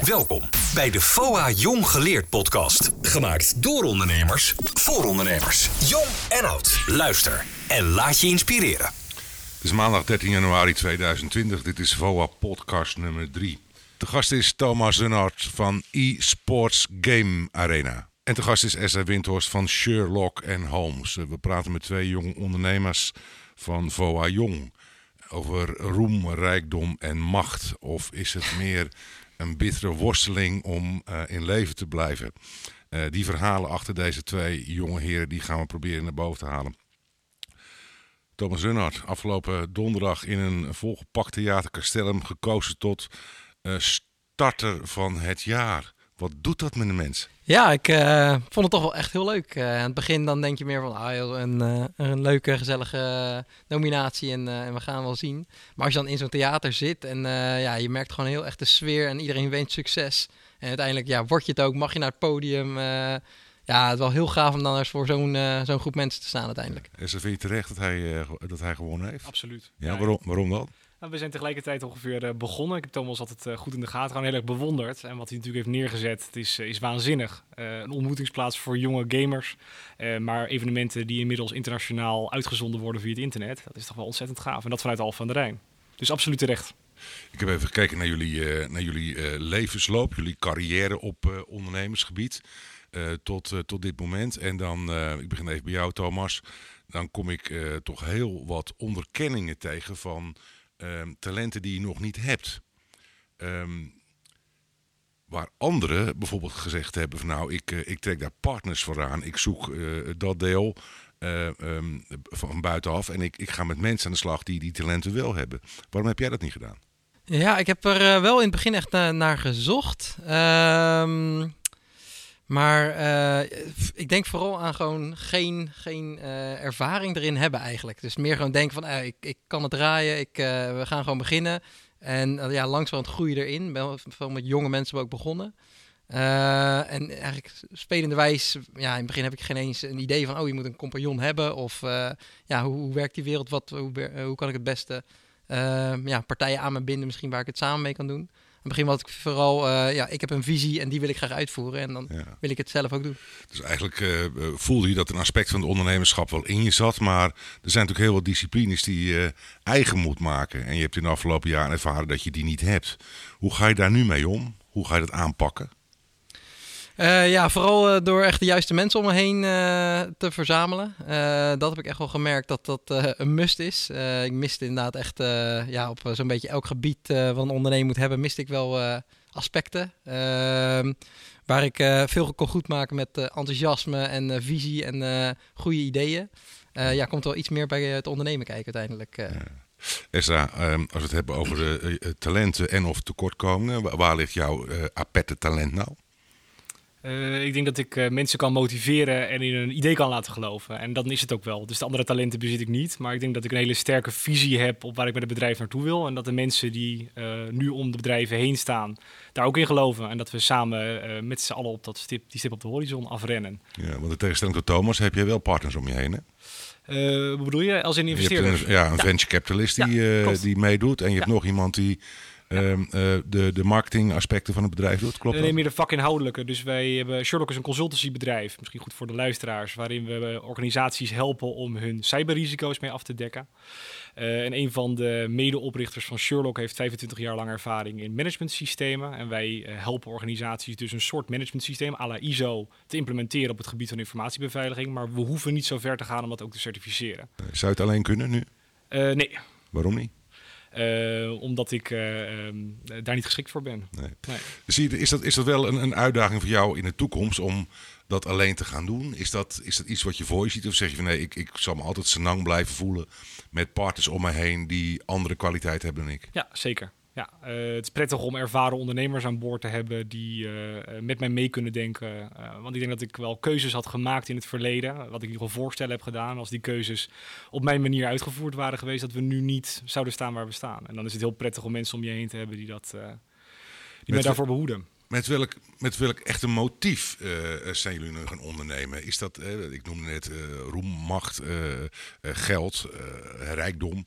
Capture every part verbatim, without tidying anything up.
Welkom bij de V O A Jong Geleerd podcast. Gemaakt door ondernemers, voor ondernemers. Jong en oud. Luister en laat je inspireren. Het is maandag dertien januari tweeduizend twintig. Dit is V O A podcast nummer drie. De gast is Thomas Zunnart van eSports Game Arena. En de gast is Esther Windhorst van Sherlock and Holmes. We praten met twee jonge ondernemers van V O A Jong. Over roem, rijkdom en macht. Of is het meer een bittere worsteling om uh, in leven te blijven? Uh, die verhalen achter deze twee jonge heren die gaan we proberen naar boven te halen. Thomas Zunnart, afgelopen donderdag in een volgepakt theater Castellum gekozen tot uh, starter van het jaar. Wat doet dat met een mens? Ja, ik uh, vond het toch wel echt heel leuk. Uh, aan het begin dan denk je meer van ah, joh, een, uh, een leuke, gezellige nominatie en, uh, en we gaan wel zien. Maar als je dan in zo'n theater zit en uh, ja, je merkt gewoon heel echt de sfeer en iedereen wenst succes. En uiteindelijk ja, word je het ook, mag je naar het podium. Uh, ja, het is wel heel gaaf om dan eens voor zo'n, uh, zo'n groep mensen te staan uiteindelijk. Is het vind je terecht dat hij, uh, dat hij gewonnen heeft? Absoluut. Ja, ja, waarom, waarom dan? We zijn tegelijkertijd ongeveer uh, begonnen. Ik heb Thomas altijd uh, goed in de gaten, gewoon heel erg bewonderd. En wat hij natuurlijk heeft neergezet, het is, uh, is waanzinnig. Uh, een ontmoetingsplaats voor jonge gamers. Uh, maar evenementen die inmiddels internationaal uitgezonden worden via het internet. Dat is toch wel ontzettend gaaf. En dat vanuit Alphen aan de Rijn. Dus absoluut terecht. Ik heb even gekeken naar jullie, uh, naar jullie uh, levensloop, jullie carrière op uh, ondernemersgebied. Uh, tot, uh, tot dit moment. En dan, uh, ik begin even bij jou Thomas. Dan kom ik uh, toch heel wat onderkenningen tegen van Um, talenten die je nog niet hebt. Um, waar anderen bijvoorbeeld gezegd hebben van nou, ik, uh, ik trek daar partners voor aan. Ik zoek uh, dat deel uh, um, van buitenaf en ik, ik ga met mensen aan de slag die die talenten wel hebben. Waarom heb jij dat niet gedaan? Ja, ik heb er uh, wel in het begin echt uh, naar gezocht. Um... Maar uh, ik denk vooral aan gewoon geen, geen uh, ervaring erin hebben eigenlijk. Dus meer gewoon denken van, uh, ik, ik kan het draaien, ik, uh, we gaan gewoon beginnen. En uh, ja, langzamerhand groei je erin. Ben veel met jonge mensen ook begonnen. Uh, en eigenlijk spelenderwijs, ja, in het begin heb ik geen eens een idee van, oh, je moet een compagnon hebben. Of uh, ja, hoe, hoe werkt die wereld? Wat, hoe, uh, hoe kan ik het beste uh, ja, partijen aan me binden misschien waar ik het samen mee kan doen? In het begin was ik vooral, uh, ja, ik heb een visie en die wil ik graag uitvoeren. En dan ja. wil ik het zelf ook doen. Dus eigenlijk uh, voelde je dat een aspect van het ondernemerschap wel in je zat. Maar er zijn natuurlijk heel wat disciplines die je eigen moet maken. En je hebt in de afgelopen jaren ervaren dat je die niet hebt. Hoe ga je daar nu mee om? Hoe ga je dat aanpakken? Uh, ja, vooral uh, door echt de juiste mensen om me heen uh, te verzamelen. Uh, dat heb ik echt wel gemerkt dat dat uh, een must is. Uh, ik miste inderdaad echt uh, ja, op zo'n beetje elk gebied uh, wat een ondernemer moet hebben, miste ik wel uh, aspecten. Uh, waar ik uh, veel kon goedmaken met uh, enthousiasme en uh, visie en uh, goede ideeën. Uh, ja, komt wel iets meer bij het ondernemen kijken uiteindelijk. Uh. Ja. Esra, um, als we het hebben over de uh, talenten en of tekortkomingen, waar ligt jouw uh, apette talent nou? Uh, ik denk dat ik uh, mensen kan motiveren en in een idee kan laten geloven. En dan is het ook wel. Dus de andere talenten bezit ik niet. Maar ik denk dat ik een hele sterke visie heb op waar ik met het bedrijf naartoe wil. En dat de mensen die uh, nu om de bedrijven heen staan, daar ook in geloven. En dat we samen uh, met z'n allen op dat stip, die stip op de horizon afrennen. Ja, want in tegenstelling tot Thomas heb je wel partners om je heen, hè? Uh, wat bedoel je? Als een investeerder? Je hebt een, ja, een ja. venture capitalist die, ja, uh, die meedoet. En je ja. hebt nog iemand die Ja. Uh, uh, de, de marketingaspecten van het bedrijf doet, klopt dat? Nee, meer de vakinhoudelijke. Dus wij hebben, Sherlock is een consultancybedrijf, misschien goed voor de luisteraars, waarin we organisaties helpen om hun cyberrisico's mee af te dekken. Uh, en een van de medeoprichters van Sherlock heeft vijfentwintig jaar lang ervaring in managementsystemen. En wij uh, helpen organisaties dus een soort managementsysteem à la I S O te implementeren op het gebied van informatiebeveiliging. Maar we hoeven niet zo ver te gaan om dat ook te certificeren. Uh, zou je het alleen kunnen nu? Uh, nee. Waarom niet? Uh, omdat ik uh, um, daar niet geschikt voor ben. Nee. Nee. Zie je, is, dat, is dat wel een, een uitdaging voor jou in de toekomst om dat alleen te gaan doen? Is dat, is dat iets wat je voor je ziet? Of zeg je van nee, ik, ik zal me altijd senang blijven voelen met partners om me heen die andere kwaliteit hebben dan ik? Ja, zeker. Ja, uh, het is prettig om ervaren ondernemers aan boord te hebben die uh, met mij mee kunnen denken. Uh, want ik denk dat ik wel keuzes had gemaakt in het verleden, wat ik in ieder geval voorstellen heb gedaan. Als die keuzes op mijn manier uitgevoerd waren geweest, dat we nu niet zouden staan waar we staan. En dan is het heel prettig om mensen om je heen te hebben die, dat, uh, die mij daarvoor behoeden. Met welk, met welk echte motief uh, zijn jullie nu gaan ondernemen? Is dat, uh, ik noemde net uh, roem, macht, uh, uh, geld, uh, rijkdom...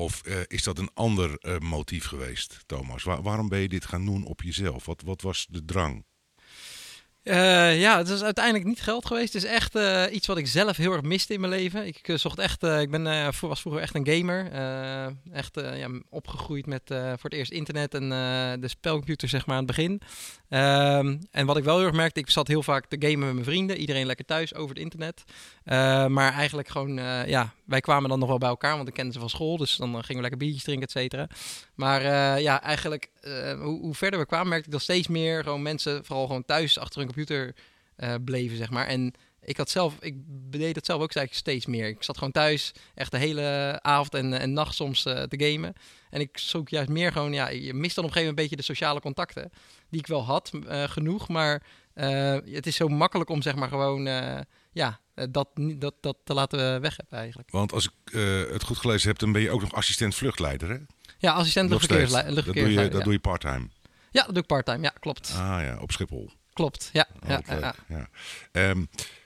Of uh, is dat een ander uh, motief geweest, Thomas? Waar, waarom ben je dit gaan doen op jezelf? Wat, wat was de drang? Uh, ja, het is uiteindelijk niet geld geweest. Het is echt uh, iets wat ik zelf heel erg miste in mijn leven. Ik uh, zocht echt, uh, ik ben, uh, was vroeger echt een gamer. Uh, echt uh, ja, opgegroeid met uh, voor het eerst internet en uh, de spelcomputer zeg maar aan het begin. Um, en wat ik wel heel erg merkte, ik zat heel vaak te gamen met mijn vrienden. Iedereen lekker thuis over het internet. Uh, maar eigenlijk gewoon, uh, ja, wij kwamen dan nog wel bij elkaar, want ik kende ze van school. Dus dan uh, gingen we lekker biertjes drinken, et cetera. Maar uh, ja, eigenlijk, uh, hoe, hoe verder we kwamen, merkte ik dat steeds meer gewoon mensen vooral gewoon thuis achter hun computer uh, bleven, zeg maar. En ik had zelf, ik deed dat zelf ook eigenlijk steeds meer. Ik zat gewoon thuis echt de hele avond en, en nacht soms uh, te gamen. En ik zoek juist meer gewoon, ja, je mist dan op een gegeven moment een beetje de sociale contacten. Die ik wel had, uh, genoeg. Maar uh, het is zo makkelijk om zeg maar gewoon, uh, ja, dat, dat, dat te laten weg hebben eigenlijk. Want als ik uh, het goed gelezen heb, dan ben je ook nog assistent vluchtleider, hè? Ja, assistent luchtverkeersleider. Dat doe je, dat ja. doe je part-time? Ja, dat doe ik part-time, ja, klopt. Ah ja, op Schiphol. Klopt, ja. Oh, ja, ja, ja. ja. Um,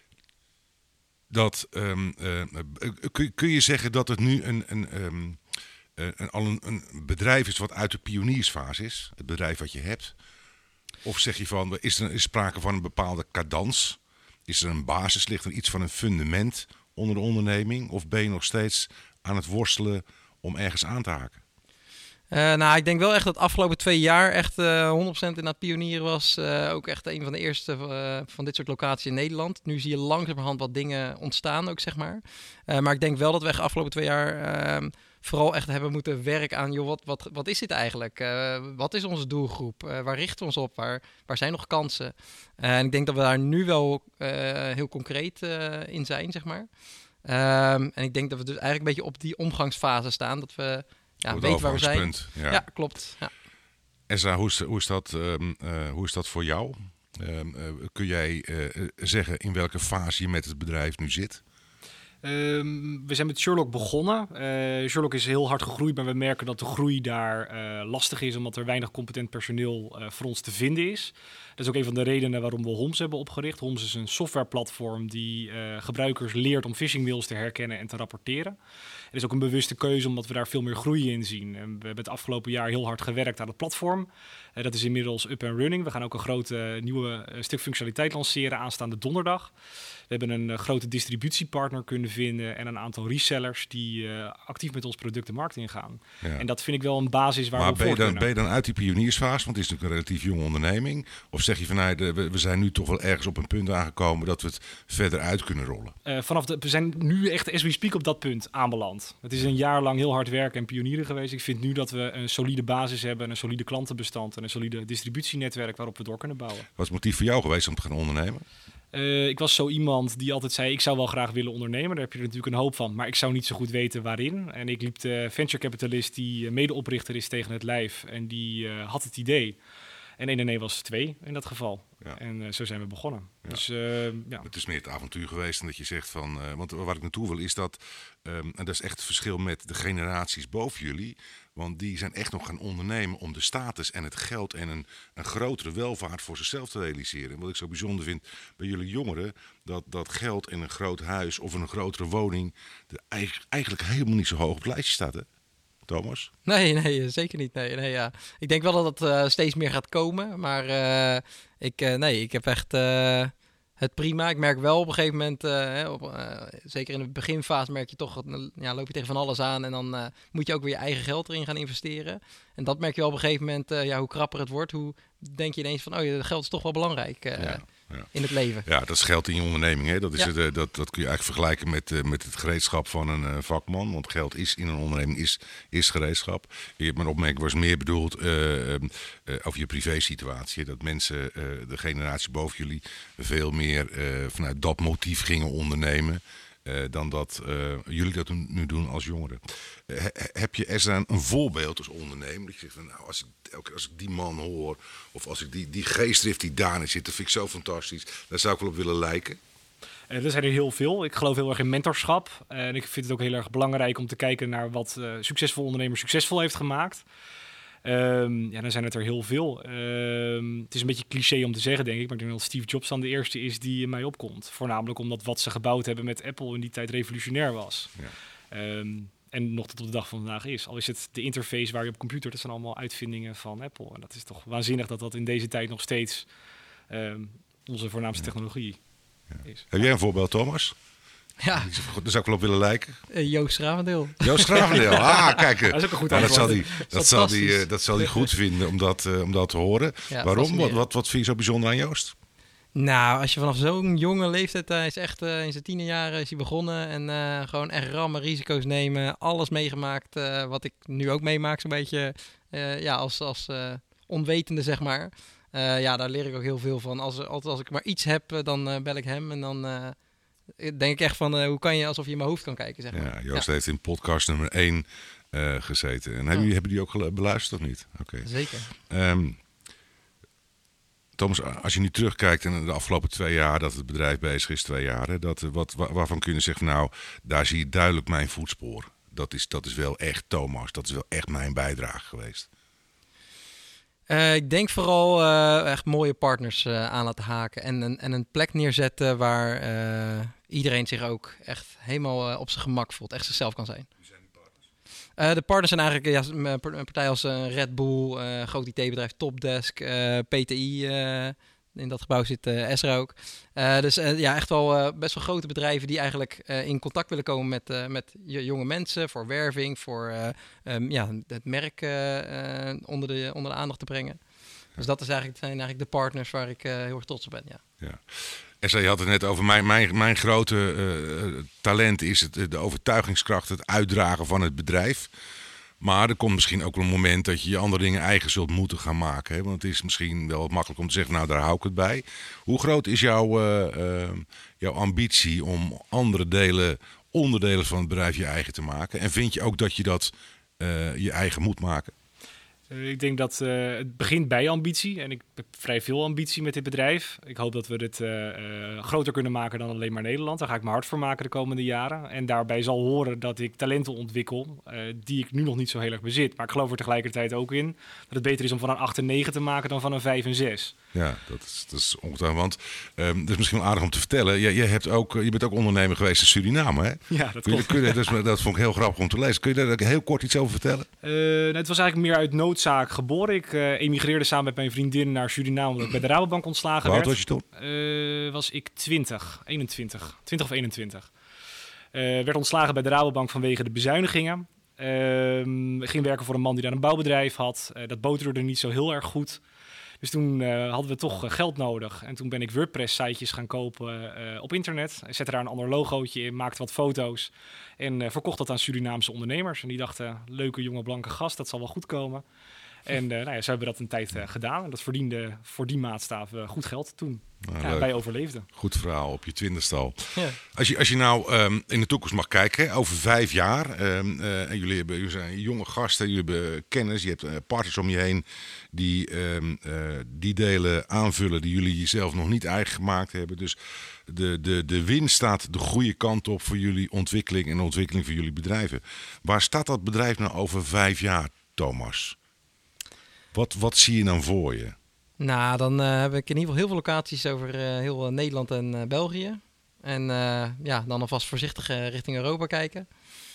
dat, um, uh, kun, kun je zeggen dat het nu een, een, um, een, al een, een bedrijf is wat uit de pioniersfase is? Het bedrijf wat je hebt? Of zeg je van, is er is sprake van een bepaalde cadans? Is er een basis? Ligt er iets van een fundament onder de onderneming? Of ben je nog steeds aan het worstelen om ergens aan te haken? Uh, nou, ik denk wel echt dat de afgelopen twee jaar echt uh, honderd procent in dat pionieren was. Uh, ook echt een van de eerste uh, van dit soort locaties in Nederland. Nu zie je langzamerhand wat dingen ontstaan ook, zeg maar. Uh, maar ik denk wel dat we echt de afgelopen twee jaar uh, vooral echt hebben moeten werken aan, joh, wat, wat, wat is dit eigenlijk? Uh, wat is onze doelgroep? Uh, waar richten we ons op? Waar, waar zijn nog kansen? Uh, en ik denk dat we daar nu wel uh, heel concreet uh, in zijn, zeg maar. Uh, en ik denk dat we dus eigenlijk een beetje op die omgangsfase staan. Dat we ja, weten waar we zijn. Ja, ja klopt. Ja. Ezra, hoe is, hoe, is dat, um, uh, hoe is dat voor jou? Um, uh, kun jij uh, zeggen in welke fase je met het bedrijf nu zit? Um, we zijn met Sherlock begonnen. Uh, Sherlock is heel hard gegroeid, maar we merken dat de groei daar uh, lastig is, omdat er weinig competent personeel uh, voor ons te vinden is. Dat is ook een van de redenen waarom we Homs hebben opgericht. Homs is een softwareplatform die uh, gebruikers leert om phishing mails te herkennen en te rapporteren. Het is ook een bewuste keuze, omdat we daar veel meer groei in zien. En we hebben het afgelopen jaar heel hard gewerkt aan het platform. Uh, dat is inmiddels up and running. We gaan ook een grote uh, nieuwe uh, stuk functionaliteit lanceren aanstaande donderdag. We hebben een uh, grote distributiepartner kunnen vinden en een aantal resellers die uh, actief met ons product de markt ingaan. Ja. En dat vind ik wel een basis waar maar we ben voor je dan, kunnen. Ben je dan uit die pioniersfase, want het is natuurlijk een relatief jonge onderneming? Of zeg je van, nou, de, we, we zijn nu toch wel ergens op een punt aangekomen dat we het verder uit kunnen rollen? Uh, vanaf de, we zijn nu echt as we speak op dat punt aanbeland. Het is een jaar lang heel hard werken en pionieren geweest. Ik vind nu dat we een solide basis hebben, een solide klantenbestand en een solide distributienetwerk waarop we door kunnen bouwen. Wat is het motief voor jou geweest om te gaan ondernemen? Uh, ik was zo iemand die altijd zei, ik zou wel graag willen ondernemen. Daar heb je er natuurlijk een hoop van, maar ik zou niet zo goed weten waarin. En ik liep de venture capitalist die medeoprichter is tegen het lijf en die uh, had het idee. En één en één was twee in dat geval. Ja. En uh, zo zijn we begonnen. Ja. Dus, uh, ja. Het is meer het avontuur geweest en dat je zegt van... Uh, want waar ik naartoe wil is dat... Um, en dat is echt het verschil met de generaties boven jullie. Want die zijn echt nog gaan ondernemen om de status en het geld... en een, een grotere welvaart voor zichzelf te realiseren. En wat ik zo bijzonder vind bij jullie jongeren... dat, dat geld in een groot huis of een grotere woning... Er eigenlijk helemaal niet zo hoog op het lijstje staat, hè? Thomas? Nee, nee, zeker niet. Nee, nee, ja. Ik denk wel dat het uh, steeds meer gaat komen. Maar uh, ik, uh, nee, ik heb echt uh, het prima. Ik merk wel op een gegeven moment, uh, op, uh, zeker in de beginfase merk je toch, ja, loop je tegen van alles aan. En dan uh, moet je ook weer je eigen geld erin gaan investeren. En dat merk je wel op een gegeven moment, uh, ja, hoe krapper het wordt. Hoe denk je ineens van, oh ja, geld is toch wel belangrijk. Uh, ja. Ja. In het leven. Ja, dat is geld in je onderneming. Hè? Dat, is ja. het, uh, dat, dat kun je eigenlijk vergelijken met, uh, met het gereedschap van een uh, vakman. Want geld is in een onderneming is, is gereedschap. Je hebt mijn opmerking was meer bedoeld uh, uh, over je privésituatie. Dat mensen, uh, de generatie boven jullie, veel meer uh, vanuit dat motief gingen ondernemen. Uh, dan dat uh, jullie dat nu doen als jongeren. Uh, he, heb je Ezra een voorbeeld als ondernemer? Dat je zegt van, nou, als ik, als ik die man hoor, of als ik die, die geestdrift die daarin zit, dat vind ik zo fantastisch. Daar zou ik wel op willen lijken. Uh, er zijn er heel veel. Ik geloof heel erg in mentorschap. Uh, en ik vind het ook heel erg belangrijk om te kijken naar wat uh, succesvol ondernemer succesvol heeft gemaakt. Um, ja, dan zijn het er heel veel. Um, het is een beetje cliché om te zeggen, denk ik. Maar ik denk dat Steve Jobs dan de eerste is die in mij opkomt. Voornamelijk omdat wat ze gebouwd hebben met Apple in die tijd revolutionair was. Ja. Um, En nog tot op de dag van vandaag is. Al is het de interface waar je op computer, dat zijn allemaal uitvindingen van Apple. En dat is toch waanzinnig dat dat in deze tijd nog steeds um, onze voornaamste ja. technologie ja. is. Heb jij een voorbeeld, Thomas? Ja. Daar zou ik wel op willen lijken. Uh, Joost Gravendeel. Joost Gravendeel, ah, kijk. Dat is ook een goed nou, dat zal hij dat dat uh, dat zal hij goed vinden om dat, uh, om dat te horen. Ja, waarom? Wat, wat, wat vind je zo bijzonder aan Joost? Nou, als je vanaf zo'n jonge leeftijd, hij is echt uh, in zijn tienerjaren is hij begonnen en uh, gewoon echt rammen, risico's nemen, alles meegemaakt, uh, wat ik nu ook meemaak, zo'n beetje uh, ja, als, als uh, onwetende, zeg maar. Uh, ja, daar leer ik ook heel veel van. Als, altijd als ik maar iets heb, uh, dan uh, bel ik hem en dan uh, denk ik echt van, uh, hoe kan je alsof je in mijn hoofd kan kijken, zeg maar. Ja, Joost ja. heeft in podcast nummer één uh, gezeten. En hebben, oh. jullie, hebben die ook beluisterd of niet? Okay. Zeker. Um, Thomas, als je nu terugkijkt in de afgelopen twee jaar dat het bedrijf bezig is, twee jaar, hè, dat, wat, waarvan kun je zeggen, nou, daar zie je duidelijk mijn voetspoor. Dat is, dat is wel echt Thomas, dat is wel echt mijn bijdrage geweest. Uh, ik denk vooral uh, echt mooie partners uh, aan laten haken en, en, en een plek neerzetten waar uh, iedereen zich ook echt helemaal uh, op zijn gemak voelt, echt zichzelf kan zijn. Uh, de partners zijn eigenlijk ja, een partij als uh, Red Bull, uh, groot I T-bedrijf Topdesk, uh, P T I. Uh, in dat gebouw zit uh, Esra ook. Uh, dus uh, ja, echt wel uh, best wel grote bedrijven die eigenlijk uh, in contact willen komen met, uh, met jonge mensen. Voor werving, voor uh, um, ja, het merk uh, uh, onder, de, onder de aandacht te brengen. Dus dat is eigenlijk, zijn eigenlijk de partners waar ik uh, heel erg trots op ben. Ja. Ja. Esra, je had het net over mijn, mijn, mijn grote uh, talent is het, de overtuigingskracht, het uitdragen van het bedrijf. Maar er komt misschien ook wel een moment dat je je andere dingen eigen zult moeten gaan maken. Hè? Want het is misschien wel makkelijk om te zeggen, nou daar hou ik het bij. Hoe groot is jouw, uh, uh, jouw ambitie om andere delen, onderdelen van het bedrijf je eigen te maken? En vind je ook dat je dat uh, je eigen moet maken? Uh, ik denk dat uh, het begint bij ambitie. En ik heb vrij veel ambitie met dit bedrijf. Ik hoop dat we dit uh, uh, groter kunnen maken dan alleen maar Nederland. Daar ga ik me hard voor maken de komende jaren. En daarbij zal horen dat ik talenten ontwikkel uh, die ik nu nog niet zo heel erg bezit. Maar ik geloof er tegelijkertijd ook in dat het beter is om van een acht en negen te maken dan van een vijf en zes. Ja, dat is, dat is ongetwijfeld. Want um, dat is misschien wel aardig om te vertellen. Je, je, hebt ook, je bent ook ondernemer geweest in Suriname, hè? Ja, dat klopt. Kun je, kun je, dat, dat vond ik heel grappig om te lezen. Kun je daar heel kort iets over vertellen? Uh, nou, het was eigenlijk meer uit noodzaak geboren. Ik uh, emigreerde samen met mijn vriendin naar Suriname omdat ik bij de Rabobank ontslagen werd. werd. Hoe oud was je toen? Uh, was ik twintig, eenentwintig. twintig of eenentwintig. Uh, werd ontslagen bij de Rabobank vanwege de bezuinigingen. Uh, ging werken voor een man die daar een bouwbedrijf had. Uh, dat boterde niet zo heel erg goed. Dus toen uh, hadden we toch uh, geld nodig. En toen ben ik WordPress-sitejes gaan kopen uh, op internet. Ik zette daar een ander logootje in, maakte wat foto's. En uh, verkocht dat aan Surinaamse ondernemers. En die dachten, leuke jonge blanke gast, dat zal wel goed komen. En uh, nou ja, zo hebben we dat een tijd uh, gedaan. En dat verdiende voor die maatstaaf uh, goed geld toen. Nou, ja, wij overleefden. Goed verhaal op je twintigste al. Ja. Als je, als je nou um, in de toekomst mag kijken, hè, over vijf jaar. Um, uh, en jullie, hebben, jullie zijn jonge gasten, jullie hebben kennis. Je hebt uh, partners om je heen die um, uh, die delen aanvullen die jullie jezelf nog niet eigen gemaakt hebben. Dus de, de, de winst staat de goede kant op voor jullie ontwikkeling en de ontwikkeling van jullie bedrijven. Waar staat dat bedrijf nou over vijf jaar, Thomas? Wat, wat zie je dan voor je? Nou, dan uh, heb ik in ieder geval heel veel locaties over uh, heel uh, Nederland en uh, België. En uh, ja, dan alvast voorzichtig uh, richting Europa kijken.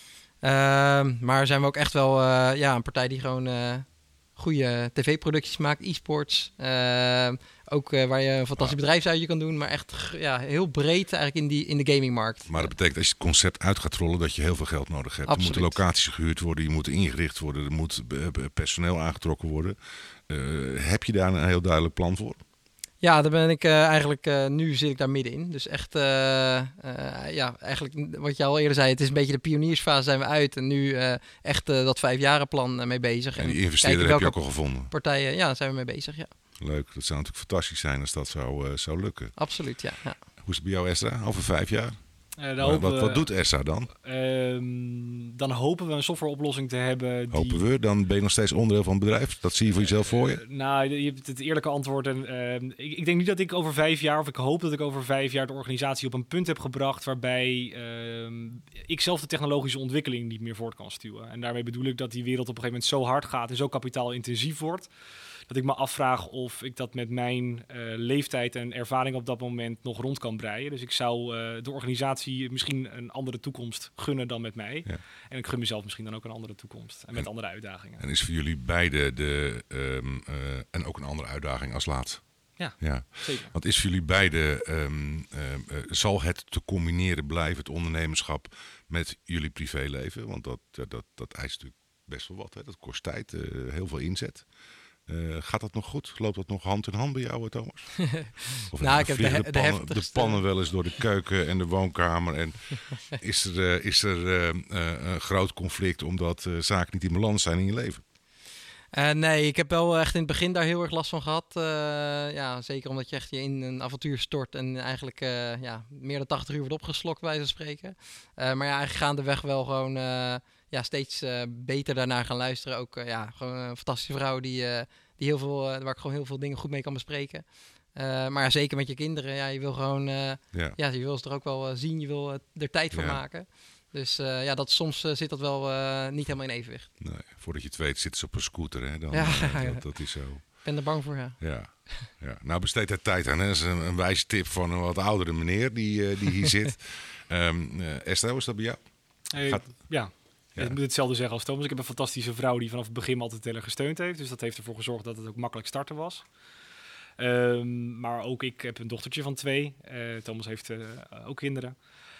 Uh, maar zijn we ook echt wel uh, ja, een partij die gewoon uh, goede tv-producties maakt, e-sports. Uh, ook uh, waar je een fantastisch bedrijfsuitje kan doen, maar echt ja, heel breed eigenlijk in, die, in de gamingmarkt. Maar dat betekent als je het concept uit gaat rollen dat je heel veel geld nodig hebt. Absoluut. Er moeten locaties gehuurd worden, je moet ingericht worden, er moet personeel aangetrokken worden. Uh, heb je daar een heel duidelijk plan voor? Ja, daar ben ik uh, eigenlijk, uh, nu zit ik daar middenin. Dus echt, uh, uh, ja, eigenlijk wat je al eerder zei, het is een beetje de pioniersfase zijn we uit. En nu uh, echt uh, dat vijfjarenplan uh, mee bezig. En die investeerder heb je ook al gevonden? Partijen, ja, zijn we mee bezig, ja. Leuk, dat zou natuurlijk fantastisch zijn als dat zou, uh, zou lukken. Absoluut, ja, ja. Hoe is het bij jou, Esra, over vijf jaar? Uh, wat, wat, wat doet Esra dan? Uh, dan hopen we een softwareoplossing te hebben. Die... Hopen we? Dan ben je nog steeds onderdeel van het bedrijf? Dat zie je voor jezelf voor je? Uh, nou, je hebt het eerlijke antwoord. En, uh, ik, ik denk niet dat ik over vijf jaar, of ik hoop dat ik over vijf jaar de organisatie op een punt heb gebracht waarbij uh, ik zelf de technologische ontwikkeling niet meer voort kan stuwen. En daarmee bedoel ik dat die wereld op een gegeven moment zo hard gaat en zo kapitaalintensief wordt, dat ik me afvraag of ik dat met mijn uh, leeftijd en ervaring op dat moment nog rond kan breien. Dus ik zou uh, de organisatie misschien een andere toekomst gunnen dan met mij. Ja. En ik gun mezelf misschien dan ook een andere toekomst. En met en, andere uitdagingen. En is voor jullie beide de um, uh, en ook een andere uitdaging als laatst? Ja, ja, zeker. Want is voor jullie beiden, um, uh, uh, zal het te combineren blijven, het ondernemerschap, met jullie privéleven? Want dat, uh, dat, dat eist natuurlijk best wel wat. Hè? Dat kost tijd, uh, heel veel inzet. Uh, gaat dat nog goed? Loopt dat nog hand in hand bij jou, Thomas? Of nou, ik heb de, de, de, pannen, de, de pannen wel eens door de keuken en de woonkamer. En is er, uh, is er uh, uh, een groot conflict omdat uh, zaken niet in balans zijn in je leven? Uh, nee, ik heb wel echt in het begin daar heel erg last van gehad. Uh, ja, zeker omdat je echt je in een avontuur stort en eigenlijk uh, ja, meer dan tachtig uur wordt opgeslokt, bij wijze van spreken. Uh, maar ja, eigenlijk gaandeweg wel gewoon uh, ja, steeds uh, beter daarnaar gaan luisteren. Ook uh, ja, gewoon een fantastische vrouw die, uh, die heel veel, uh, waar ik gewoon heel veel dingen goed mee kan bespreken. Uh, maar ja, zeker met je kinderen, ja, je wil gewoon, uh, ja. ja, je wil ze er ook wel uh, zien, je wil uh, er tijd voor ja. maken. Dus uh, ja, dat, soms uh, zit dat wel uh, niet helemaal in evenwicht. Nee, voordat je het weet zitten ze op een scooter. Hè? Dan, ja, uh, ja. Dat, dat is zo. Ik ben er bang voor, ja. Ja, ja. Nou, besteed daar tijd aan. Hè? Dat is een, een wijze tip van een wat oudere meneer die, uh, die hier zit. Um, uh, Esther, hoe is dat bij jou? Hey, Gaat... Ja. Ja. Ik moet hetzelfde zeggen als Thomas. Ik heb een fantastische vrouw die vanaf het begin me altijd heel erg gesteund heeft. Dus dat heeft ervoor gezorgd dat het ook makkelijk starten was. Um, maar ook ik heb een dochtertje van twee. Uh, Thomas heeft uh, ook kinderen.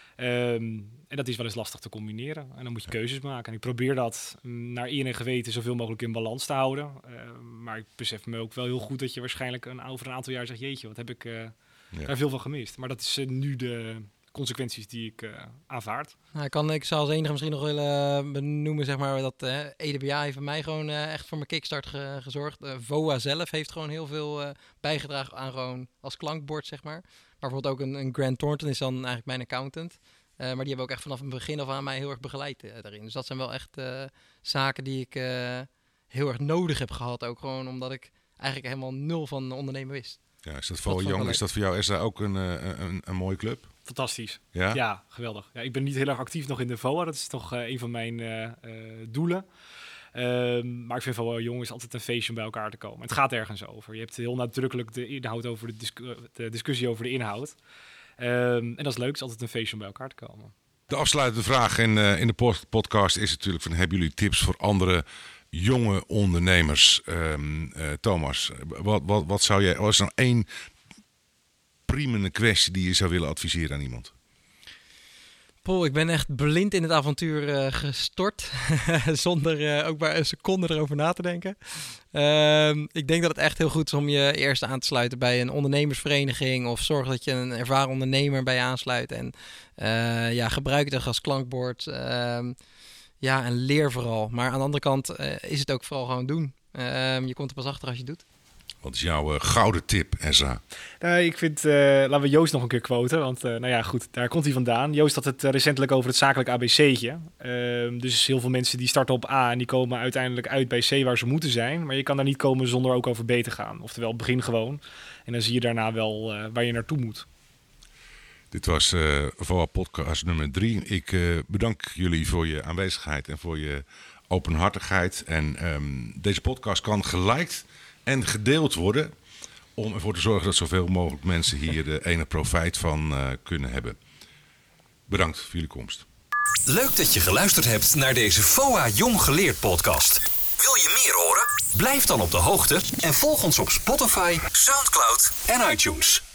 Um, en dat is wel eens lastig te combineren. En dan moet je keuzes maken. En ik probeer dat naar eer en geweten zoveel mogelijk in balans te houden. Uh, maar ik besef me ook wel heel goed dat je waarschijnlijk een, over een aantal jaar zegt... jeetje, wat heb ik uh, ja. daar veel van gemist. Maar dat is uh, nu de consequenties die ik uh, aanvaard. Nou, ik, kan, ik zou als enige misschien nog willen benoemen, zeg maar, dat uh, E D B A heeft voor mij gewoon uh, echt voor mijn kickstart ge- gezorgd. Uh, V O A zelf heeft gewoon heel veel uh, bijgedragen aan gewoon als klankbord, zeg maar. Maar bijvoorbeeld ook een, een Grant Thornton is dan eigenlijk mijn accountant. Uh, maar die hebben ook echt vanaf het begin af aan mij heel erg begeleid uh, daarin. Dus dat zijn wel echt uh, zaken die ik uh, heel erg nodig heb gehad. Ook gewoon omdat ik eigenlijk helemaal nul van ondernemen wist. Ja, is dat voor Jong, is dat voor jou, is dat ook een, een, een, een mooie club? Fantastisch. Ja? Ja, geweldig. Ja, ik ben niet heel erg actief nog in de V O A. Dat is toch uh, een van mijn uh, uh, doelen. Um, maar ik vind wel, jong is altijd een feestje om bij elkaar te komen. Het gaat ergens over. Je hebt heel nadrukkelijk de inhoud over de, discu- de discussie over de inhoud. Um, en dat is leuk. Het is altijd een feestje om bij elkaar te komen. De afsluitende vraag in, uh, in de podcast is natuurlijk van, hebben jullie tips voor andere jonge ondernemers? Um, uh, Thomas, wat, wat, wat zou jij, was er nou één priemende kwestie die je zou willen adviseren aan iemand? Paul, ik ben echt blind in het avontuur uh, gestort. Zonder uh, ook maar een seconde erover na te denken. Uh, ik denk dat het echt heel goed is om je eerst aan te sluiten bij een ondernemersvereniging. Of zorg dat je een ervaren ondernemer bij je aansluit. En uh, ja, gebruik het als klankbord. Uh, ja, en leer vooral. Maar aan de andere kant uh, is het ook vooral gewoon doen. Uh, je komt er pas achter als je het doet. Wat is jouw uh, gouden tip, Ezra? Nou, ik vind, uh, laten we Joost nog een keer quoten, want uh, nou ja, goed, daar komt hij vandaan. Joost had het uh, recentelijk over het zakelijk A B C'tje. Uh, dus heel veel mensen die starten op A en die komen uiteindelijk uit bij C waar ze moeten zijn. Maar je kan daar niet komen zonder ook over B te gaan. Oftewel, begin gewoon. En dan zie je daarna wel uh, waar je naartoe moet. Dit was uh, V O A podcast nummer drie. Ik uh, bedank jullie voor je aanwezigheid en voor je openhartigheid. En um, deze podcast kan geliked en gedeeld worden om ervoor te zorgen dat zoveel mogelijk mensen hier de ene profijt van uh, kunnen hebben. Bedankt voor jullie komst. Leuk dat je geluisterd hebt naar deze V O A Jong Geleerd podcast. Wil je meer horen? Blijf dan op de hoogte en volg ons op Spotify, Soundcloud en iTunes.